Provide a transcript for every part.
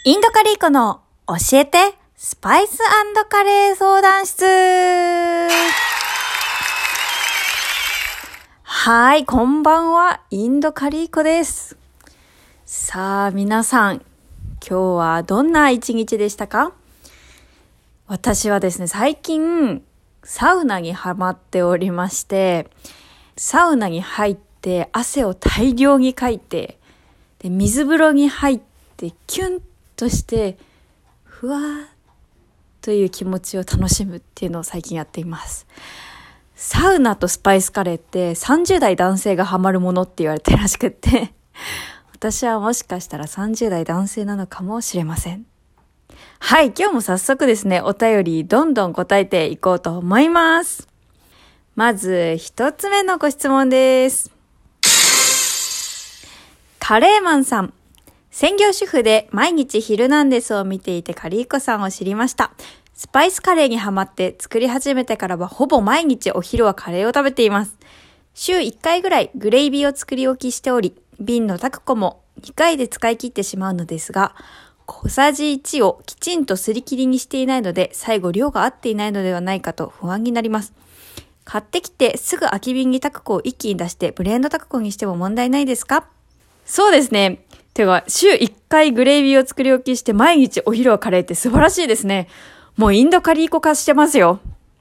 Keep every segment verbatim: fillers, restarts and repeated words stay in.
インドカリーコの教えてスパイス&カレー相談室。はい、こんばんは、インドカリーコです。さあ皆さん、今日はどんな一日でしたか？私はですね、最近サウナにハマっておりまして、サウナに入って汗を大量にかいて、で水風呂に入ってキュンとしてふわーという気持ちを楽しむっていうのを最近やっています。サウナとスパイスカレーってさんじゅう代男性がハマるものって言われてるらしくって私はもしかしたらさんじゅう代男性なのかもしれません。はい、今日も早速ですね、お便りどんどん答えていこうと思います。まず一つ目のご質問です。カレーマンさん、専業主婦で毎日ヒルナンデスを見ていてカリーコさんを知りました。スパイスカレーにハマって作り始めてからはほぼ毎日お昼はカレーを食べています。週いっかいぐらいグレイビーを作り置きしており、瓶のタクコもにかいで使い切ってしまうのですが、小さじいちをきちんとすり切りにしていないので、最後量が合っていないのではないかと不安になります。買ってきてすぐ空き瓶にタクコを一気に出してブレンドタクコにしても問題ないですか？そうですね。てか、週いっかいグレイビーを作り置きして毎日お昼はカレーって素晴らしいですね。もうインドカリーコ化してますよ。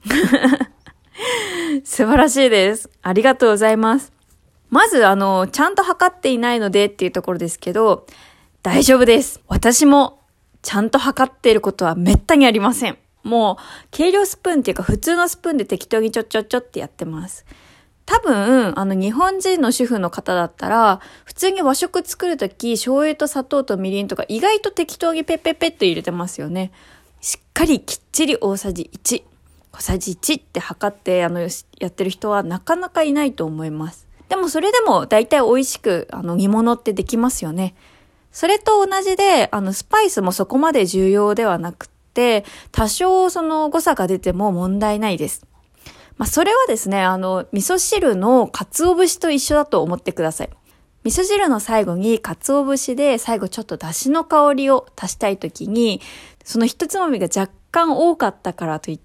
素晴らしいです。ありがとうございます。まず、あの、ちゃんと測っていないのでっていうところですけど、大丈夫です。私もちゃんと測っていることはめったにありません。もう、計量スプーンっていうか普通のスプーンで適当にちょっちょっちょってやってます。多分、あの、日本人の主婦の方だったら、普通に和食作るとき、醤油と砂糖とみりんとか意外と適当にペッペッペッと入れてますよね。しっかりきっちり大さじいち、小さじいちって測って、あの、やってる人はなかなかいないと思います。でもそれでも大体美味しく、あの、煮物ってできますよね。それと同じで、あの、スパイスもそこまで重要ではなくて、多少その誤差が出ても問題ないです。まあ、それはですね、あの、味噌汁の鰹節と一緒だと思ってください。味噌汁の最後に鰹節で最後ちょっと出汁の香りを足したいときに、その一つまみが若干多かったからといって、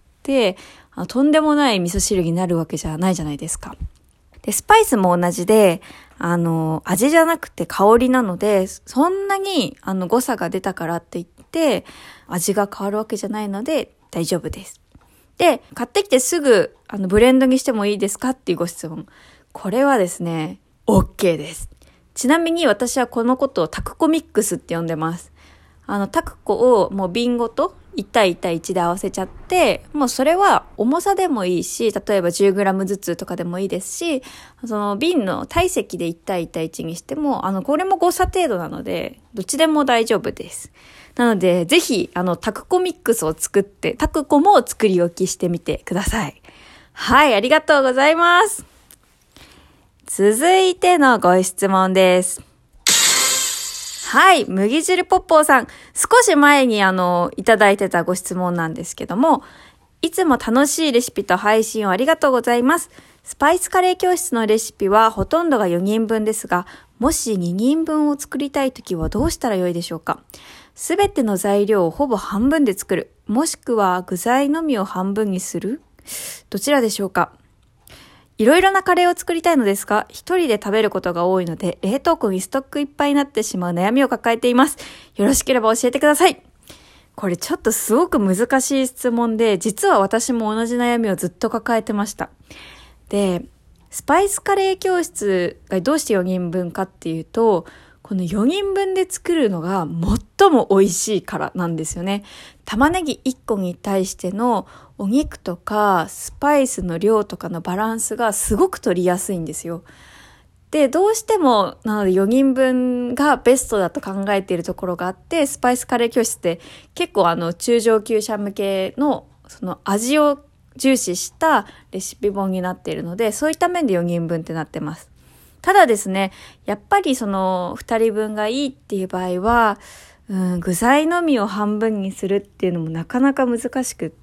あのとんでもない味噌汁になるわけじゃないじゃないですか。で、スパイスも同じで、あの、味じゃなくて香りなので、そんなにあの誤差が出たからって言って、味が変わるわけじゃないので大丈夫です。で、買ってきてすぐあのブレンドにしてもいいですかっていうご質問。これはですね、OK です。ちなみに私はこのことをタクコミックスって呼んでます。あのタクコをもう瓶ごといち対いち対いちで合わせちゃって、もうそれは重さでもいいし、例えば じゅうグラム ずつとかでもいいですし、その瓶の体積でいち対いち対いちにしても、あのこれも誤差程度なので、どっちでも大丈夫です。なので、ぜひ、あの、タクコミックスを作って、タクコも作り置きしてみてください。はい、ありがとうございます。続いてのご質問です。はい、麦汁ポッポーさん。少し前にあの、いただいてたご質問なんですけども、いつも楽しいレシピと配信をありがとうございます。スパイスカレー教室のレシピはほとんどがよにんぶんですが、もしににんぶんを作りたいときはどうしたらよいでしょうか？すべての材料をほぼ半分で作る。もしくは具材のみを半分にする？どちらでしょうか？いろいろなカレーを作りたいのですが、一人で食べることが多いので、冷凍庫にストックいっぱいになってしまう悩みを抱えています。よろしければ教えてください。これちょっとすごく難しい質問で、実は私も同じ悩みをずっと抱えてました。で、スパイスカレー教室がどうしてよにんぶんかっていうと、このよにんぶんで作るのが最も美味しいからなんですよね。玉ねぎいっこに対してのお肉とかスパイスの量とかのバランスがすごく取りやすいんですよ。で、どうしてもなのでよにんぶんがベストだと考えているところがあって、スパイスカレー教室って結構あの中上級者向けのその味を重視したレシピ本になっているので、そういった面でよにんぶんってなってます。ただですね、やっぱりそのふたりぶんがいいっていう場合は、うん、具材のみを半分にするっていうのもなかなか難しくって、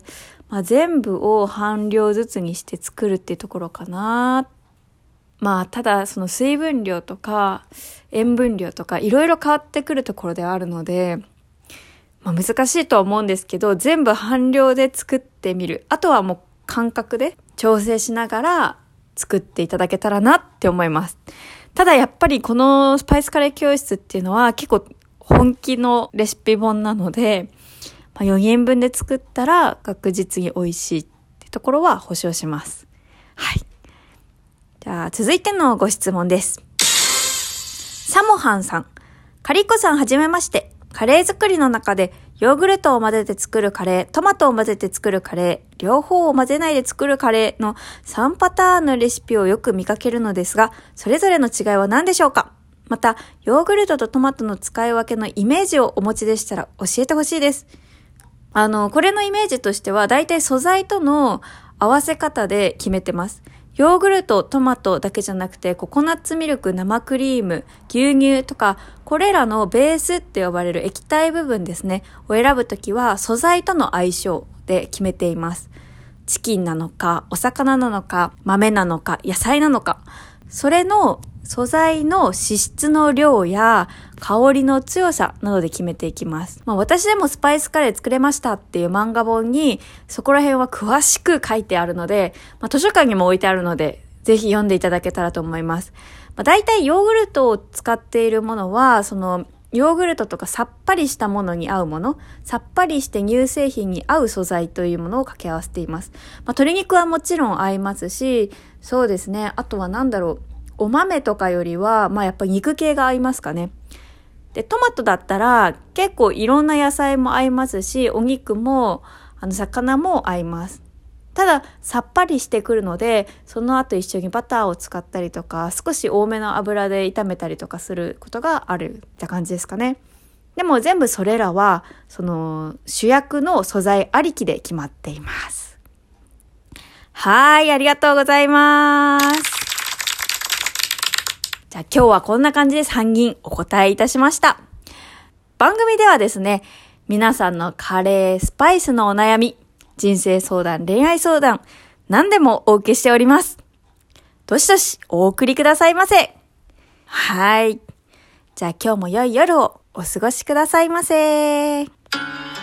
まあ、全部を半量ずつにして作るっていうところかな。まあただその水分量とか塩分量とかいろいろ変わってくるところではあるので、 まあ、難しいとは思うんですけど、全部半量で作ってみる。あとはもう感覚で調整しながら作っていただけたらなって思います。ただやっぱりこのスパイスカレー教室っていうのは結構本気のレシピ本なので、まあ、よにんぶんで作ったら確実に美味しいってところは保証します。はい。じゃあ続いてのご質問です。サモハンさん。カリコさんはじめまして。カレー作りの中でヨーグルトを混ぜて作るカレー、トマトを混ぜて作るカレー、両方を混ぜないで作るカレーのさんパターンのレシピをよく見かけるのですが、それぞれの違いは何でしょうか？また、ヨーグルトとトマトの使い分けのイメージをお持ちでしたら教えてほしいです。あの、これのイメージとしては、だいたい素材との合わせ方で決めてます。ヨーグルト、トマトだけじゃなくて、ココナッツミルク、生クリーム、牛乳とか、これらのベースって呼ばれる液体部分ですね、を選ぶときは素材との相性で決めています。チキンなのか、お魚なのか、豆なのか、野菜なのか、それの素材の脂質の量や香りの強さなどで決めていきます。まあ私でもスパイスカレー作れましたっていう漫画本にそこら辺は詳しく書いてあるので、まあ、図書館にも置いてあるのでぜひ読んでいただけたらと思います。まあ、大体ヨーグルトを使っているものはそのヨーグルトとかさっぱりしたものに合うもの、さっぱりして乳製品に合う素材というものを掛け合わせています。まあ、鶏肉はもちろん合いますし、そうですね、あとはなんだろう、お豆とかよりは、まあやっぱ肉系が合いますかね。で、トマトだったら結構いろんな野菜も合いますし、お肉も、あの、魚も合います。ただ、さっぱりしてくるので、その後一緒にバターを使ったりとか、少し多めの油で炒めたりとかすることがあるって感じですかね。でも全部それらは、その主役の素材ありきで決まっています。はい、ありがとうございます。じゃあ今日はこんな感じでさんにんお答えいたしました。番組ではですね、皆さんのカレー、スパイスのお悩み、人生相談、恋愛相談、何でもお受けしております。どしどしお送りくださいませ。はい。じゃあ今日も良い夜をお過ごしくださいませ。